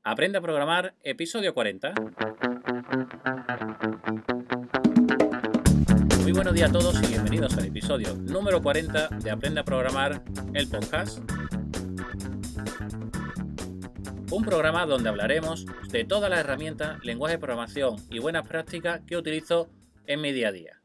Aprende a programar, episodio 40. Muy buenos días a todos y bienvenidos al episodio número 40 de Aprende a programar, el podcast. Un programa donde hablaremos de todas las herramientas, lenguaje de programación y buenas prácticas que utilizo en mi día a día.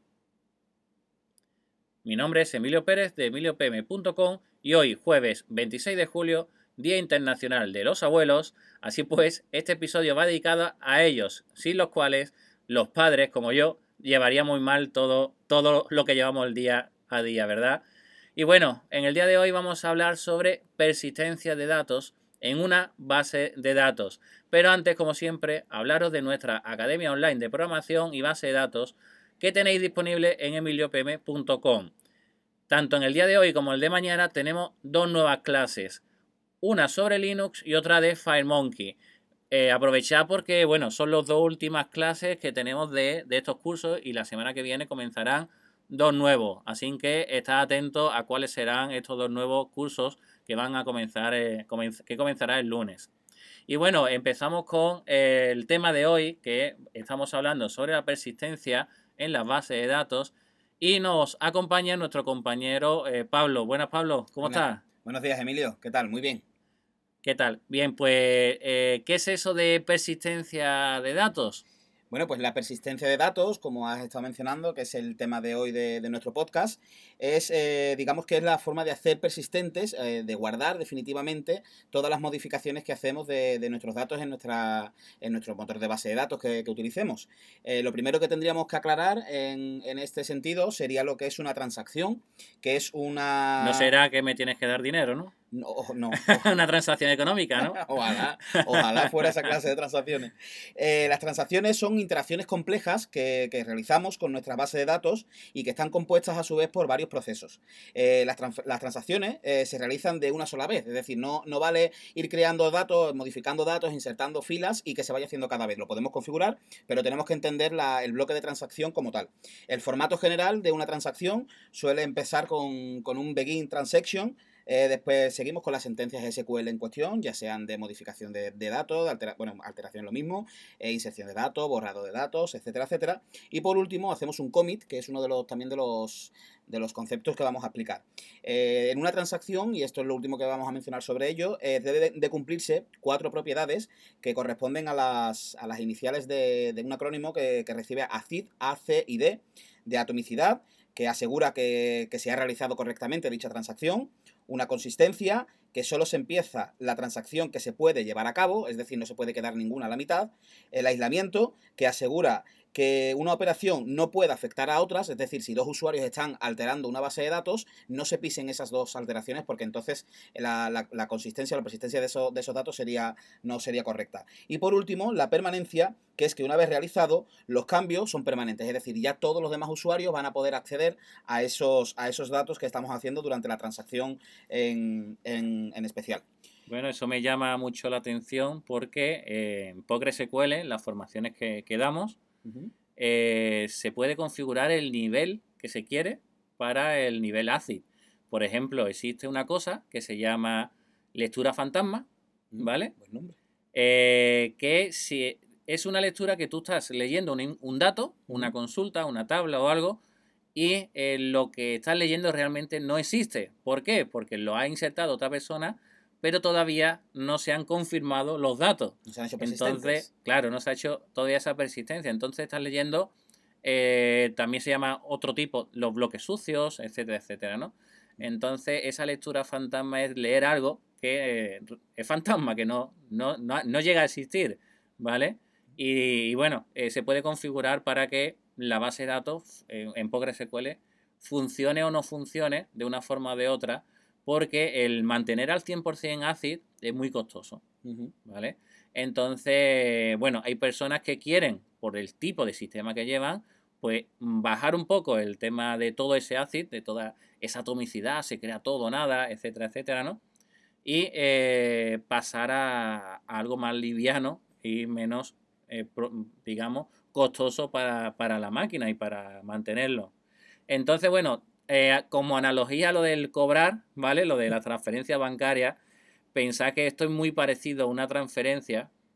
Mi nombre es Emilio Pérez de emiliopm.com y hoy, jueves 26 de julio, Día Internacional de los Abuelos, así pues, este episodio va dedicado a ellos, sin los cuales los padres, como yo, llevaría muy mal todo lo que llevamos el día a día, ¿verdad? Y bueno, en el día de hoy vamos a hablar sobre persistencia de datos en una base de datos. Pero antes, como siempre, hablaros de nuestra Academia Online de Programación y Base de Datos que tenéis disponible en emiliopm.com. Tanto en el día de hoy como el de mañana tenemos dos nuevas clases, una sobre Linux y otra de FireMonkey. Aprovechad porque, bueno, son las dos últimas clases que tenemos de estos cursos y la semana que viene comenzarán dos nuevos. Así que estad atentos a cuáles serán estos dos nuevos cursos que van a comenzar, que comenzará el lunes. Y bueno, empezamos con el tema de hoy, que estamos hablando sobre la persistencia en las bases de datos. Y nos acompaña nuestro compañero Pablo. Buenas, Pablo, ¿cómo estás? Buenos días, Emilio. ¿Qué tal? Muy bien. ¿Qué tal? Bien, pues, ¿qué es eso de persistencia de datos? Bueno, pues la persistencia de datos, como has estado mencionando, que es el tema de hoy de nuestro podcast, es, digamos que es la forma de hacer persistentes, de guardar definitivamente todas las modificaciones que hacemos de nuestros datos en nuestro motor de base de datos que utilicemos. Lo primero que tendríamos que aclarar en este sentido sería lo que es una transacción, que es una... No será que me tienes que dar dinero, ¿no? No. Una transacción económica, ¿no? Ojalá fuera esa clase de transacciones. Las transacciones son interacciones complejas que realizamos con nuestra base de datos y que están compuestas a su vez por varios procesos. Las transacciones se realizan de una sola vez, es decir, no vale ir creando datos, modificando datos, insertando filas y que se vaya haciendo cada vez. Lo podemos configurar, pero tenemos que entender el bloque de transacción como tal. El formato general de una transacción suele empezar con un begin transaction. Después seguimos con las sentencias SQL en cuestión, ya sean de modificación de datos, alteración lo mismo, inserción de datos, borrado de datos, etcétera, etcétera. Y por último hacemos un commit, que es uno de los conceptos que vamos a explicar. En una transacción, y esto es lo último que vamos a mencionar sobre ello, debe de cumplirse 4 propiedades que corresponden a las iniciales de un acrónimo que recibe ACID, A, C y D, de atomicidad, que asegura que se ha realizado correctamente dicha transacción. Una consistencia, que solo se empieza la transacción que se puede llevar a cabo, es decir, no se puede quedar ninguna a la mitad. El aislamiento, que asegura que una operación no pueda afectar a otras, es decir, si dos usuarios están alterando una base de datos, no se pisen esas dos alteraciones porque entonces la consistencia o la persistencia de esos datos no sería correcta. Y por último, la permanencia, que es que una vez realizado, los cambios son permanentes, es decir, ya todos los demás usuarios van a poder acceder a esos datos que estamos haciendo durante la transacción en especial. Bueno, eso me llama mucho la atención porque en PostgreSQL, las formaciones que damos, se puede configurar el nivel que se quiere para el nivel ACID. Por ejemplo, existe una cosa que se llama lectura fantasma, ¿vale? Buen nombre. Que si es una lectura que tú estás leyendo un dato, una consulta, una tabla o algo, y lo que estás leyendo realmente no existe. ¿Por qué? Porque lo ha insertado otra persona, pero todavía no se han confirmado los datos. No se han hecho persistentes. Entonces, claro, no se ha hecho todavía esa persistencia. Entonces estás leyendo, también se llama otro tipo, los bloques sucios, etcétera, etcétera, ¿no? Entonces, esa lectura fantasma es leer algo que es fantasma, que no llega a existir, ¿vale? Y bueno, se puede configurar para que la base de datos en PostgreSQL funcione o no funcione de una forma o de otra, porque el mantener al 100% ACID es muy costoso, ¿vale? Entonces, bueno, hay personas que quieren, por el tipo de sistema que llevan, pues bajar un poco el tema de todo ese ACID, de toda esa atomicidad, se crea todo o nada, etcétera, etcétera, ¿no? Y pasar a algo más liviano y menos, digamos, costoso para la máquina y para mantenerlo. Entonces, bueno, como analogía a lo del cobrar, ¿vale? Lo de la transferencia bancaria, pensad que esto es muy parecido a una transferencia,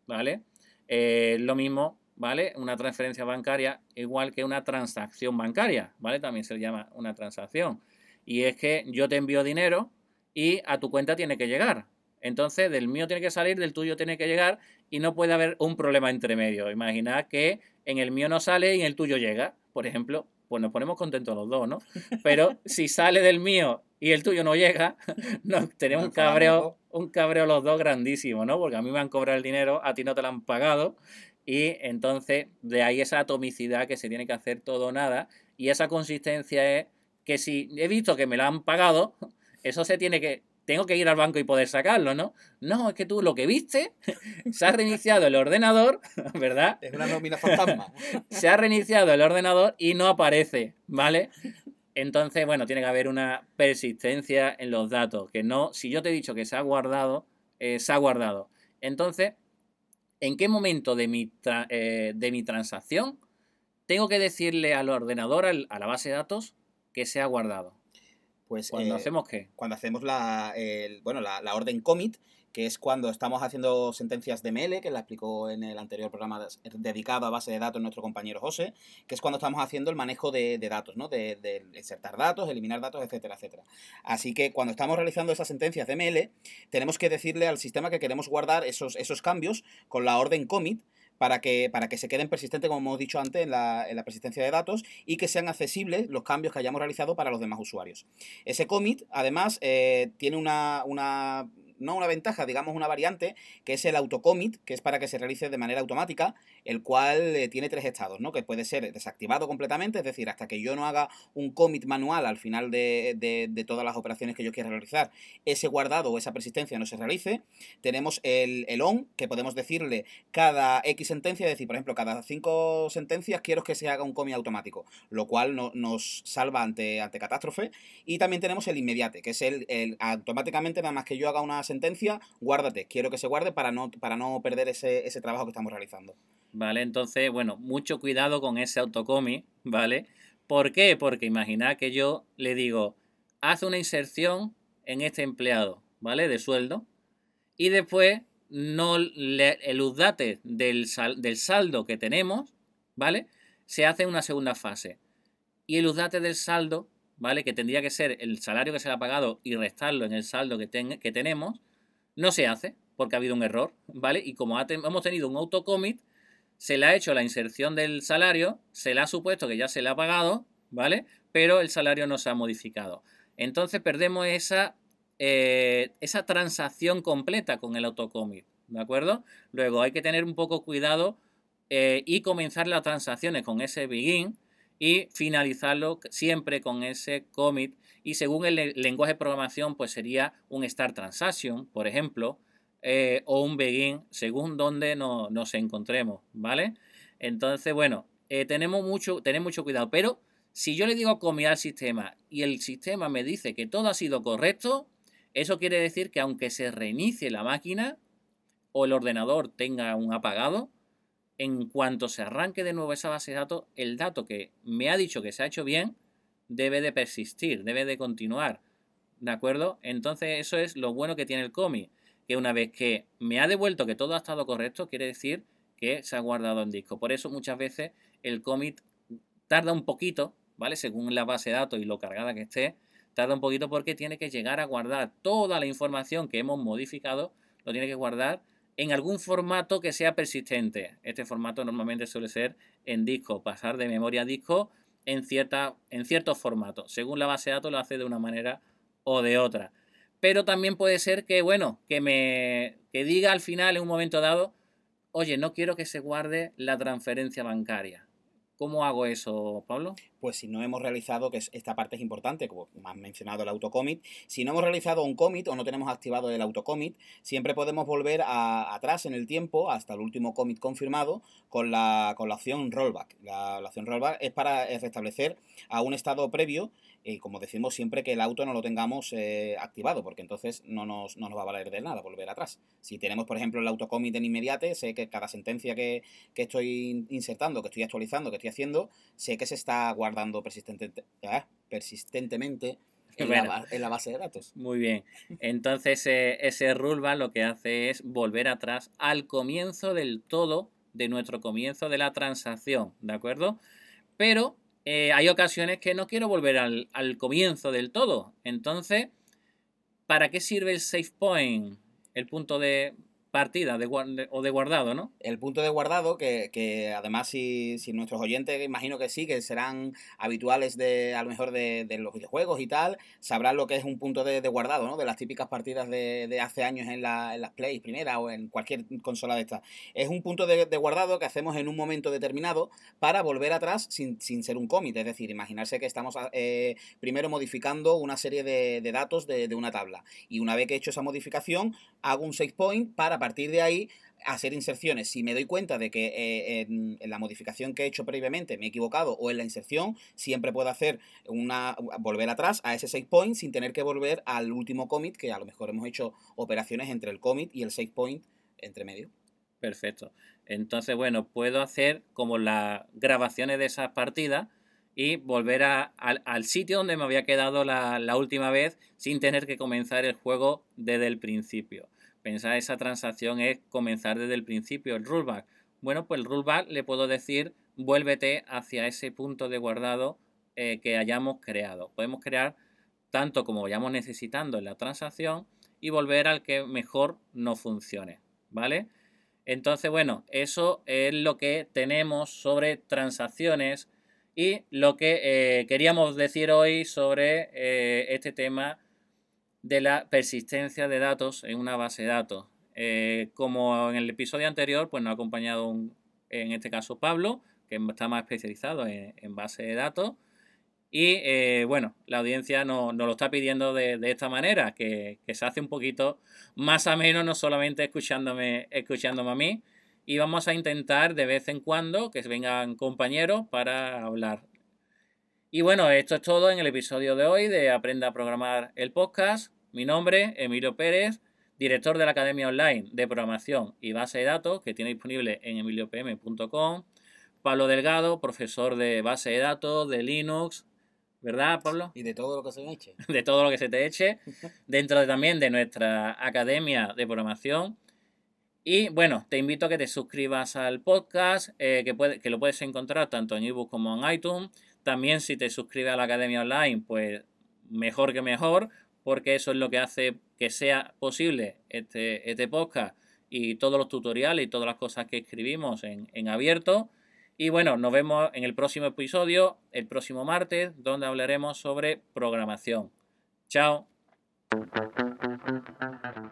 ¿vale? Lo mismo, ¿vale? Una transferencia bancaria igual que una transacción bancaria, ¿vale? También se le llama una transacción. Y es que yo te envío dinero y a tu cuenta tiene que llegar. Entonces, del mío tiene que salir, del tuyo tiene que llegar y no puede haber un problema entre medio. Imaginad que en el mío no sale y en el tuyo llega, por ejemplo, pues nos ponemos contentos los dos, ¿no? Pero si sale del mío y el tuyo no llega, tenemos un cabreo los dos grandísimo, ¿no? Porque a mí me han cobrado el dinero, a ti no te lo han pagado y entonces de ahí esa atomicidad que se tiene que hacer todo o nada y esa consistencia es que si he visto que me lo han pagado, eso se tiene que... Tengo que ir al banco y poder sacarlo, ¿no? No, es que tú lo que viste, se ha reiniciado el ordenador, ¿verdad? Es una nómina fantasma. Se ha reiniciado el ordenador y no aparece, ¿vale? Entonces, bueno, tiene que haber una persistencia en los datos, que no, si yo te he dicho que se ha guardado, se ha guardado. Entonces, ¿en qué momento de mi transacción tengo que decirle al ordenador, a la base de datos, que se ha guardado? Pues ¿Cuando hacemos qué? Cuando hacemos la orden commit, que es cuando estamos haciendo sentencias de ML, que la explicó en el anterior programa dedicado a base de datos nuestro compañero José, que es cuando estamos haciendo el manejo de datos, ¿no? De insertar datos, eliminar datos, etcétera, etcétera. Así que cuando estamos realizando esas sentencias de ML, tenemos que decirle al sistema que queremos guardar esos cambios con la orden commit, para que se queden persistentes, como hemos dicho antes, en la persistencia de datos y que sean accesibles los cambios que hayamos realizado para los demás usuarios. Ese commit, además, tiene no una ventaja, digamos una variante, que es el autocommit, que es para que se realice de manera automática, el cual tiene 3 estados, ¿no? Que puede ser desactivado completamente, es decir, hasta que yo no haga un commit manual al final de todas las operaciones que yo quiera realizar, ese guardado o esa persistencia no se realice. Tenemos el on, que podemos decirle cada X sentencia, es decir, por ejemplo, cada 5 sentencias quiero que se haga un commit automático, lo cual nos salva ante catástrofe. Y también tenemos el inmediate, que es el automáticamente, nada más que yo haga una sentencia, guárdate, quiero que se guarde para no perder ese trabajo que estamos realizando. Vale, entonces, bueno, mucho cuidado con ese autocommit, ¿vale? ¿Por qué? Porque imaginad que yo le digo, haz una inserción en este empleado, ¿vale? De sueldo. Y después el update del saldo que tenemos, ¿vale? Se hace en una segunda fase. Y el update del saldo, ¿vale? Que tendría que ser el salario que se le ha pagado y restarlo en el saldo que tenemos, no se hace porque ha habido un error, ¿vale? Y como hemos tenido un autocommit, se le ha hecho la inserción del salario, se le ha supuesto que ya se le ha pagado, ¿vale? Pero el salario no se ha modificado. Entonces perdemos esa transacción completa con el autocommit, ¿de acuerdo? Luego hay que tener un poco cuidado y comenzar las transacciones con ese begin y finalizarlo siempre con ese commit. Y según el lenguaje de programación, pues sería un start transaction, por ejemplo, o un begin, según donde nos encontremos, ¿vale? Entonces, bueno, tener mucho cuidado. Pero si yo le digo commit al sistema y el sistema me dice que todo ha sido correcto, eso quiere decir que aunque se reinicie la máquina o el ordenador tenga un apagado, en cuanto se arranque de nuevo esa base de datos, el dato que me ha dicho que se ha hecho bien debe de persistir, debe de continuar, ¿de acuerdo? Entonces eso es lo bueno que tiene el commit, que una vez que me ha devuelto que todo ha estado correcto, quiere decir que se ha guardado en disco. Por eso muchas veces el commit tarda un poquito, ¿vale? Según la base de datos y lo cargada que esté, tarda un poquito porque tiene que llegar a guardar toda la información que hemos modificado, lo tiene que guardar en algún formato que sea persistente. Este formato normalmente suele ser en disco, pasar de memoria a disco en ciertos formatos. Según la base de datos lo hace de una manera o de otra. Pero también puede ser que, bueno, que diga al final en un momento dado, oye, no quiero que se guarde la transferencia bancaria. ¿Cómo hago eso, Pablo? Pues si no hemos realizado, que esta parte es importante, como has mencionado el autocommit, si no hemos realizado un commit o no tenemos activado el autocommit, siempre podemos volver atrás en el tiempo, hasta el último commit confirmado, con la opción rollback. La opción rollback es para restablecer a un estado previo, como decimos siempre que el auto no lo tengamos activado, porque entonces no nos va a valer de nada volver atrás. Si tenemos, por ejemplo, el autocommit en inmediate, sé que cada sentencia que estoy insertando, que estoy actualizando, que estoy haciendo, sé que se está guardando persistentemente en la base de datos. Muy bien. Entonces ese rollback lo que hace es volver atrás al comienzo del todo, de nuestro comienzo de la transacción, ¿de acuerdo? Pero hay ocasiones que no quiero volver al comienzo del todo. Entonces, ¿para qué sirve el save point? El punto de partida o de guardado, ¿no? El punto de guardado, que además si nuestros oyentes, imagino que sí, que serán habituales a lo mejor de los videojuegos y tal, sabrán lo que es un punto de guardado, ¿no? De las típicas partidas de hace años en las Play primera o en cualquier consola de estas. Es un punto de guardado que hacemos en un momento determinado para volver atrás sin ser un commit. Es decir, imaginarse que estamos primero modificando una serie de datos de una tabla. Y una vez que he hecho esa modificación, hago un save point para a partir de ahí hacer inserciones. Si me doy cuenta de que en la modificación que he hecho previamente me he equivocado o en la inserción, siempre puedo hacer volver atrás a ese save point sin tener que volver al último commit, que a lo mejor hemos hecho operaciones entre el commit y el save point entre medio. Perfecto. Entonces, bueno, puedo hacer como las grabaciones de esas partidas y volver al sitio donde me había quedado la última vez sin tener que comenzar el juego desde el principio. Pensar esa transacción es comenzar desde el principio, el rollback. Bueno, pues el rollback le puedo decir, vuélvete hacia ese punto de guardado que hayamos creado. Podemos crear tanto como vayamos necesitando en la transacción y volver al que mejor no funcione, ¿vale? Entonces, bueno, eso es lo que tenemos sobre transacciones y lo que queríamos decir hoy sobre este tema de la persistencia de datos en una base de datos. Como en el episodio anterior, pues nos ha acompañado en este caso Pablo, que está más especializado en base de datos. Y bueno, la audiencia nos lo está pidiendo de esta manera, que se hace un poquito más ameno, no solamente escuchándome a mí. Y vamos a intentar de vez en cuando que vengan compañeros para hablar. Y bueno, esto es todo en el episodio de hoy de Aprenda a Programar el Podcast. Mi nombre, Emilio Pérez, director de la Academia Online de Programación y Base de Datos, que tiene disponible en emiliopm.com. Pablo Delgado, profesor de Base de Datos, de Linux, ¿verdad, Pablo? Y de todo lo que se me eche. De todo lo que se te eche, dentro también de nuestra Academia de Programación. Y bueno, te invito a que te suscribas al podcast, que lo puedes encontrar tanto en ebook como en iTunes. También si te suscribes a la Academia Online, pues mejor que mejor, porque eso es lo que hace que sea posible este podcast y todos los tutoriales y todas las cosas que escribimos en abierto. Y bueno, nos vemos en el próximo episodio, el próximo martes, donde hablaremos sobre programación. Chao.